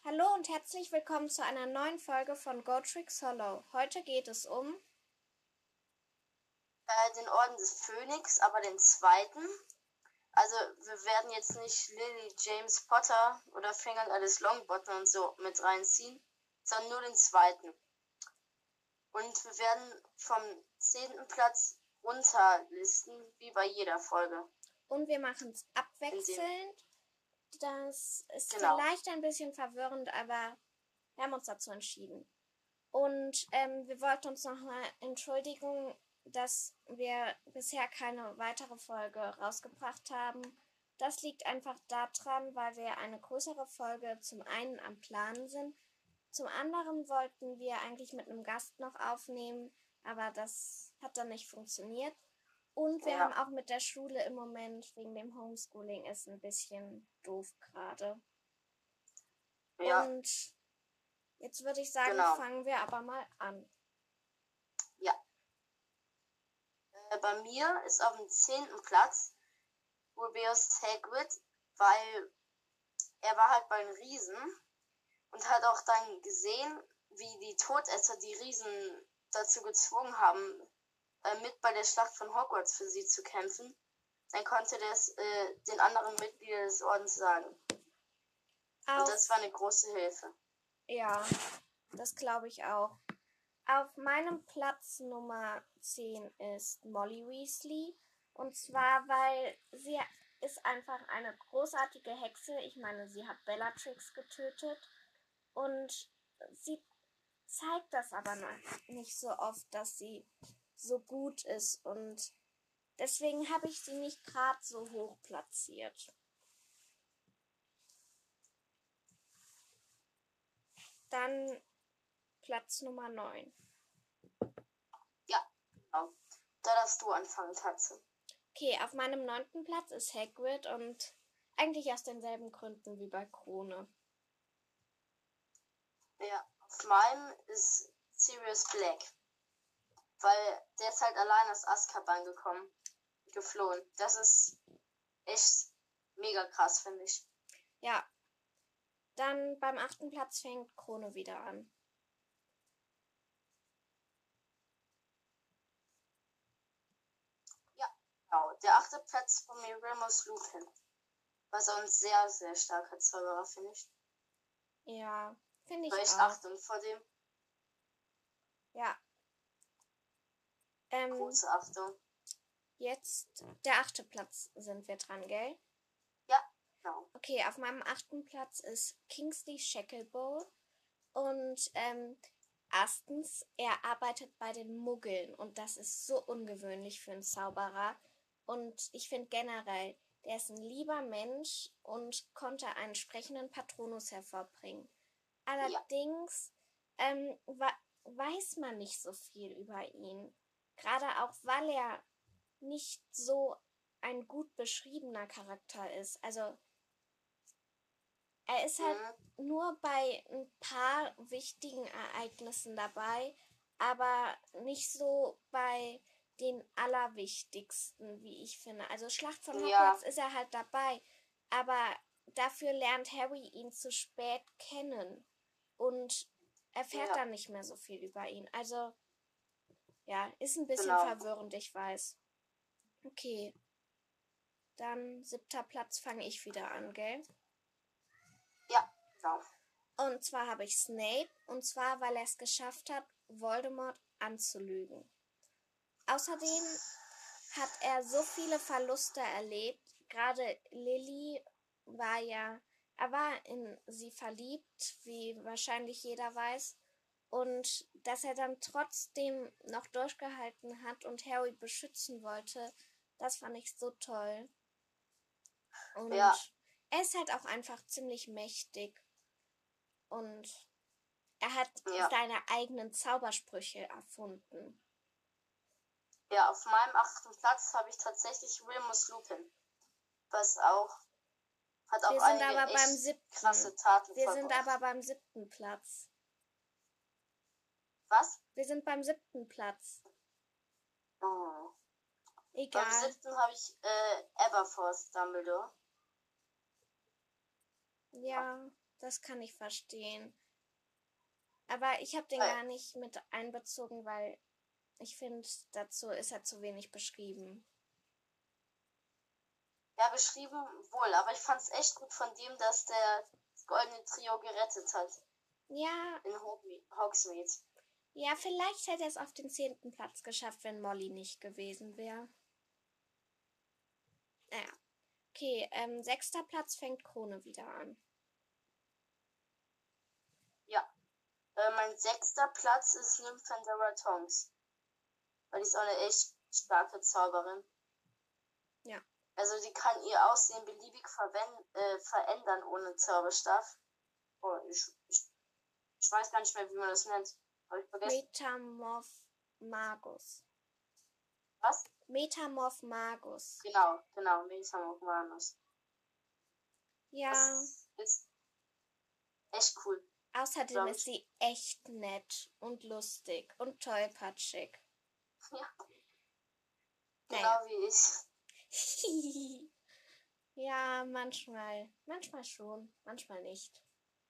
Hallo und herzlich willkommen zu einer neuen Folge von Gotrix Hollow. Heute geht es um Den Orden des Phönix, aber den zweiten. Also wir werden jetzt nicht Lily, James Potter oder Fingern Alice Longbottom und so mit reinziehen, sondern nur den zweiten. Und wir werden vom 10. Platz runterlisten, wie bei jeder Folge. und wir machen es abwechselnd. Das ist Genau. vielleicht ein bisschen verwirrend, aber wir haben uns dazu entschieden. Und wir wollten uns nochmal entschuldigen, dass wir bisher keine weitere Folge rausgebracht haben. Das liegt einfach daran, weil wir eine größere Folge zum einen am Planen sind. Zum anderen wollten wir eigentlich mit einem Gast noch aufnehmen, aber das hat dann nicht funktioniert. Und wir haben auch mit der Schule im Moment wegen dem Homeschooling ist ein bisschen doof gerade. Ja. Und jetzt würde ich sagen, Genau. fangen wir aber mal an. Ja. Bei mir ist auf dem 10. Platz Rubeus Hagrid, weil er war halt bei den Riesen und hat auch dann gesehen, wie die Todesser die Riesen dazu gezwungen haben, mit bei der Schlacht von Hogwarts für sie zu kämpfen. Dann konnte das den anderen Mitgliedern des Ordens sagen. Und das war eine große Hilfe. Ja, das glaube ich auch. Auf meinem Platz Nummer 10 ist Molly Weasley. Und zwar, weil sie ist einfach eine großartige Hexe. Ich meine, sie hat Bellatrix getötet. Und sie zeigt das aber noch nicht so oft, dass sie so gut ist. Und deswegen habe ich sie nicht gerade so hoch platziert. Dann Platz Nummer 9. Ja, genau. Da darfst du anfangen, Tatze. Okay, auf meinem 9. Platz ist Hagrid und eigentlich aus denselben Gründen wie bei Krone. Ja, auf meinem ist Sirius Black. Weil der ist halt allein aus Azkaban geflohen. Das ist echt mega krass, finde ich. Ja, dann beim 8. Platz fängt Krone wieder an. Ja, genau. Der 8. Platz von mir Remus Lupin. Was auch ein sehr, sehr starker Zauberer, finde ich. Ja, finde ich Weil ich auch. Achtung vor dem. Ja. Große Achtung. Jetzt der 8. Platz sind wir dran, gell? Ja, genau. Okay, auf meinem 8. Platz ist Kingsley Shacklebolt. Und erstens, er arbeitet bei den Muggeln und das ist so ungewöhnlich für einen Zauberer. Und ich finde generell, der ist ein lieber Mensch und konnte einen sprechenden Patronus hervorbringen. Allerdings weiß man nicht so viel über ihn. Gerade auch, weil er nicht so ein gut beschriebener Charakter ist. Also er ist halt nur bei ein paar wichtigen Ereignissen dabei, aber nicht so bei den allerwichtigsten, wie ich finde. Also Schlacht von Hogwarts ist er halt dabei, aber dafür lernt Harry ihn zu spät kennen und erfährt dann nicht mehr so viel über ihn. Also ja, ist ein bisschen verwirrend, ich weiß. Okay, dann 7. Platz fange ich wieder an, gell? Ja, genau. Und zwar habe ich Snape, und zwar, weil er es geschafft hat, Voldemort anzulügen. Außerdem hat er so viele Verluste erlebt. Gerade Lily er war in sie verliebt, wie wahrscheinlich jeder weiß. Und dass er dann trotzdem noch durchgehalten hat und Harry beschützen wollte, das fand ich so toll. Und er ist halt auch einfach ziemlich mächtig. Und er hat seine eigenen Zaubersprüche erfunden. Ja, auf meinem 8. Platz habe ich tatsächlich Remus Lupin. Was auch hat auch einige echt krasse Taten Wir sind aber beim 7. Platz. Was? Wir sind beim 7. Platz. Oh. Egal. Beim 7. habe ich Aberforth Dumbledore. Ja. das kann ich verstehen. Aber ich habe den Weil, gar nicht mit einbezogen, weil ich finde, dazu ist er zu wenig beschrieben. ja, beschrieben wohl, aber ich fand es echt gut von dem, dass der das goldene Trio gerettet hat Ja, in Hogsmeade. ja, vielleicht hätte er es auf den 10. Platz geschafft, wenn Molly nicht gewesen wäre. Naja. Okay, 6. Platz fängt Krone wieder an. Ja, mein 6. Platz ist Nymphadora Tonks, weil die ist auch eine echt starke Zauberin. Ja. Also die kann ihr Aussehen beliebig verändern ohne Zauberstab. Oh, ich weiß gar nicht mehr, wie man das nennt. Habe ich vergessen. Metamorph Magus. Was? Metamorph Magus. Genau, Metamorph. Ja. Das ist echt cool. Außerdem ist sie echt nett und lustig und tollpatschig. Ja. Naja. Genau wie ich. Ja, manchmal. Manchmal schon, manchmal nicht.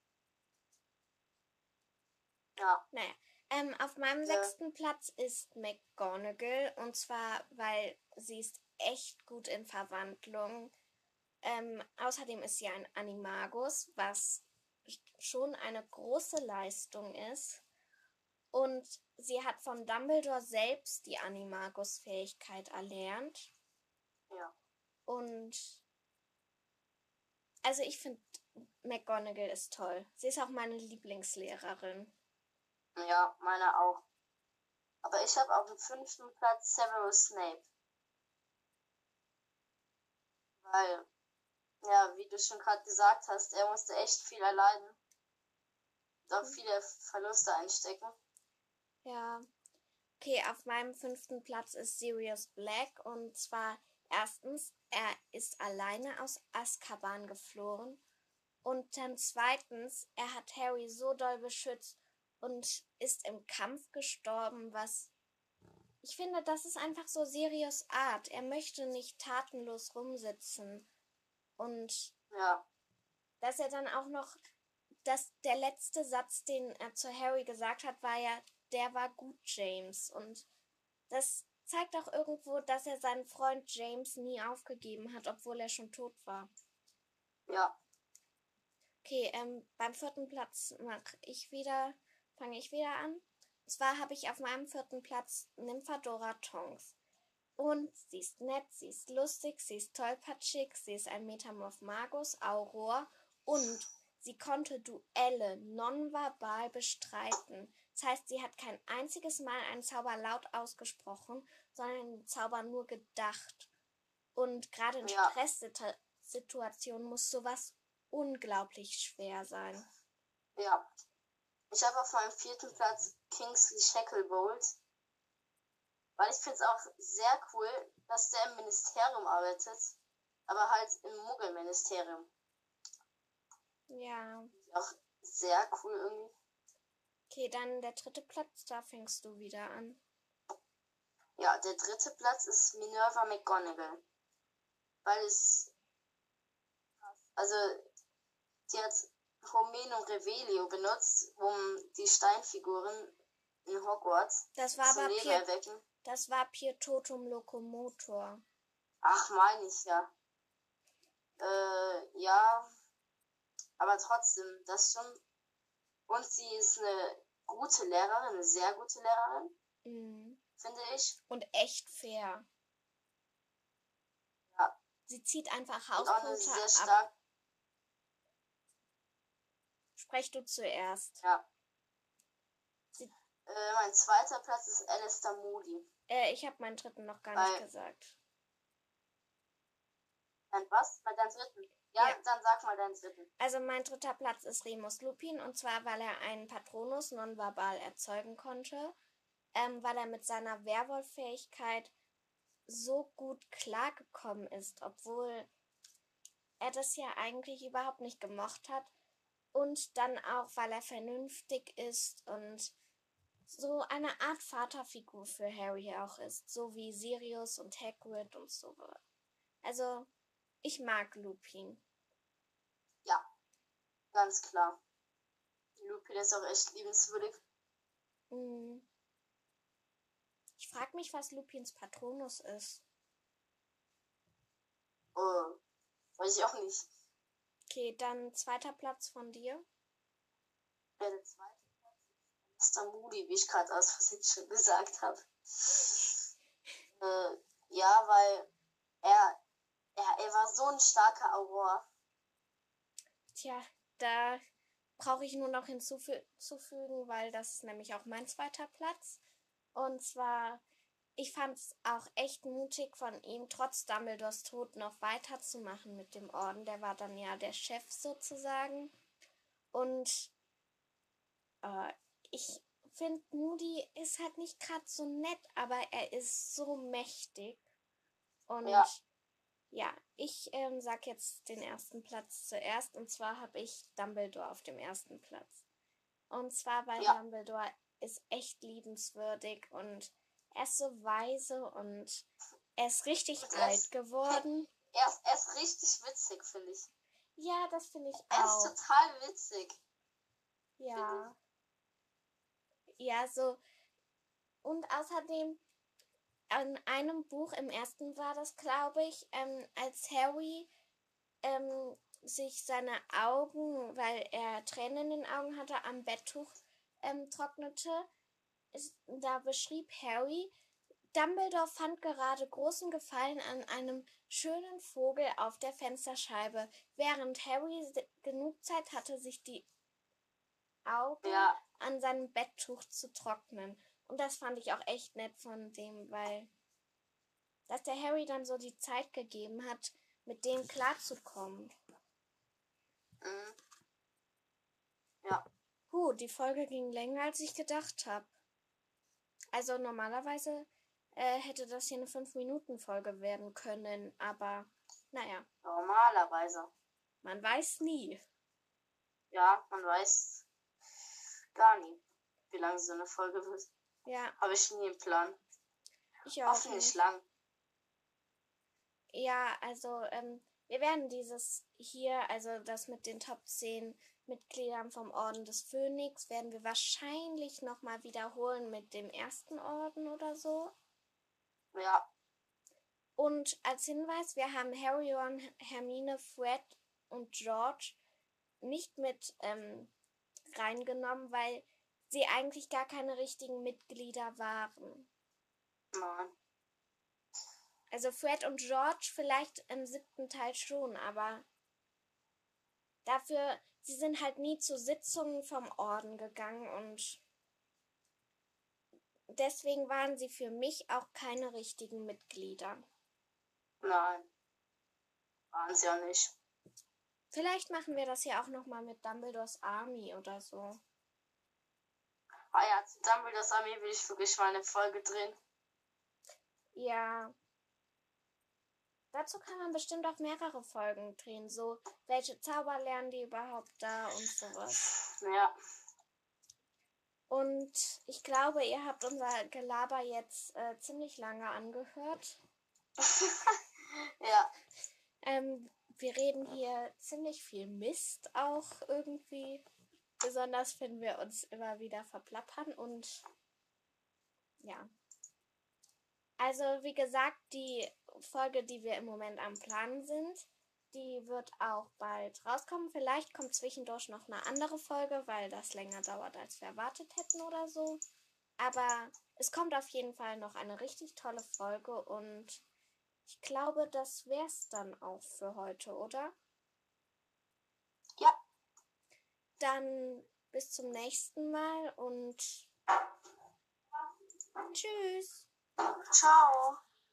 Ja. Naja. Auf meinem 6. Platz ist McGonagall. Und zwar, weil sie ist echt gut in Verwandlung. Außerdem ist sie ein Animagus, was schon eine große Leistung ist. Und sie hat von Dumbledore selbst die Animagus-Fähigkeit erlernt. Ja. Und also ich finde, McGonagall ist toll. Sie ist auch meine Lieblingslehrerin. Ja, meine auch. Aber ich habe auf dem 5. Platz Severus Snape. Weil, ja, wie du schon gerade gesagt hast, er musste echt viel erleiden. Und auch viele Verluste einstecken. Ja. Okay, auf meinem 5. Platz ist Sirius Black. Und zwar erstens, er ist alleine aus Azkaban geflohen. Und dann zweitens, er hat Harry so doll beschützt und ist im Kampf gestorben, was... Ich finde, das ist einfach so Sirius Art. Er möchte nicht tatenlos rumsitzen. Und Ja. dass er dann auch noch... Der letzte Satz, den er zu Harry gesagt hat, war ja, der war gut, James. Und das zeigt auch irgendwo, dass er seinen Freund James nie aufgegeben hat, obwohl er schon tot war. Ja. Okay, beim 4. Platz fange ich wieder an. Und zwar habe ich auf meinem 4. Platz Nymphadora Tonks. Und sie ist nett, sie ist lustig, sie ist tollpatschig, sie ist ein Metamorph Magus, Auror und sie konnte Duelle nonverbal bestreiten. Das heißt, sie hat kein einziges Mal einen Zauber laut ausgesprochen, sondern den Zauber nur gedacht. Und gerade in Stresssituationen muss sowas unglaublich schwer sein. Ja. Ich habe auf meinem 4. Platz Kingsley Shacklebolt. Weil ich finde es auch sehr cool, dass der im Ministerium arbeitet. Aber halt im Muggelministerium. Ja. Auch sehr cool irgendwie. Okay, dann der 3. Platz, da fängst du wieder an. Ja, der 3. Platz ist Minerva McGonagall. Weil die hat Homeno Revelio benutzt, um die Steinfiguren in Hogwarts zum Leben erwecken. Das war Pietotum Locomotor. Ach, meine ich ja. Ja, aber trotzdem, das schon. Und sie ist eine gute Lehrerin, eine sehr gute Lehrerin, finde ich. Und echt fair. Ja. Sie zieht einfach Hauspunkte ab. Und auch eine sehr stark. Sprech du zuerst. Ja. Mein 2. Platz ist Alistair Moody. Ich habe meinen 3. noch gar nicht gesagt. Was? Bei deinem 3.? Ja, dann sag mal deinen 3. Also mein 3. Platz ist Remus Lupin, und zwar, weil er einen Patronus nonverbal erzeugen konnte, weil er mit seiner Werwolf-Fähigkeit so gut klargekommen ist, obwohl er das ja eigentlich überhaupt nicht gemocht hat, und dann auch, weil er vernünftig ist und so eine Art Vaterfigur für Harry auch ist, so wie Sirius und Hagrid und so. Also, ich mag Lupin. Ja. Ganz klar. Lupin ist auch echt liebenswürdig. Ich frage mich, was Lupins Patronus ist. Weiß ich auch nicht. Okay, dann 2. Platz von dir. Der zweite ist der Moody, wie ich gerade aus Versehen schon gesagt habe. Ja, weil er war so ein starker Auror. Tja, da brauche ich nur noch hinzufügen, weil das ist nämlich auch mein 2. Platz. Und zwar, ich fand es auch echt mutig von ihm, trotz Dumbledores Tod noch weiterzumachen mit dem Orden. Der war dann ja der Chef sozusagen. Und ich finde, Moody ist halt nicht gerade so nett, aber er ist so mächtig. Und ja, ich sag jetzt den 1. Platz zuerst. Und zwar habe ich Dumbledore auf dem 1. Platz. Und zwar, weil Dumbledore ist echt liebenswürdig und er ist so weise und er ist richtig alt geworden. Er ist richtig witzig, finde ich. Ja, das finde ich auch. Er ist total witzig. Ja. Ja, so. Und außerdem, in einem Buch, im 1. war das, glaube ich, als Harry sich seine Augen, weil er Tränen in den Augen hatte, am Betttuch trocknete, da beschrieb Harry, Dumbledore fand gerade großen Gefallen an einem schönen Vogel auf der Fensterscheibe, während Harry genug Zeit hatte, sich die Augen an seinem Betttuch zu trocknen. Und das fand ich auch echt nett von dem, weil dass der Harry dann so die Zeit gegeben hat, mit dem klarzukommen. Ja. Die Folge ging länger, als ich gedacht habe. Also normalerweise hätte das hier eine 5-Minuten-Folge werden können, aber naja. Normalerweise. Man weiß nie. Ja, man weiß gar nie, wie lange so eine Folge wird. Ja. Habe ich nie im Plan. Ich auch Hoffentlich lang. Ja, also wir werden dieses hier, also das mit den Top 10 Mitgliedern vom Orden des Phönix, werden wir wahrscheinlich nochmal wiederholen mit dem 1. Orden oder so. Ja. Und als Hinweis, wir haben Harry, Ron, Hermine, Fred und George nicht mit reingenommen, weil sie eigentlich gar keine richtigen Mitglieder waren. Nein. Also Fred und George vielleicht im 7. Teil schon, aber dafür, sie sind halt nie zu Sitzungen vom Orden gegangen und deswegen waren sie für mich auch keine richtigen Mitglieder. Nein. Waren sie auch nicht. Vielleicht machen wir das ja auch nochmal mit Dumbledores Army oder so. Ah ja, zu Dumbledores Army will ich wirklich mal eine Folge drehen. Ja. Dazu kann man bestimmt auch mehrere Folgen drehen. So, welche Zauber lernen die überhaupt da und sowas. Ja. Und ich glaube, ihr habt unser Gelaber jetzt ziemlich lange angehört. Ja. Wir reden hier ziemlich viel Mist auch irgendwie. Besonders wenn wir uns immer wieder verplappern und ja. Also wie gesagt, die Folge, die wir im Moment am Planen sind, die wird auch bald rauskommen. Vielleicht kommt zwischendurch noch eine andere Folge, weil das länger dauert, als wir erwartet hätten oder so. Aber es kommt auf jeden Fall noch eine richtig tolle Folge und ich glaube, das wär's dann auch für heute, oder? Ja. Dann bis zum nächsten Mal und tschüss. Ciao.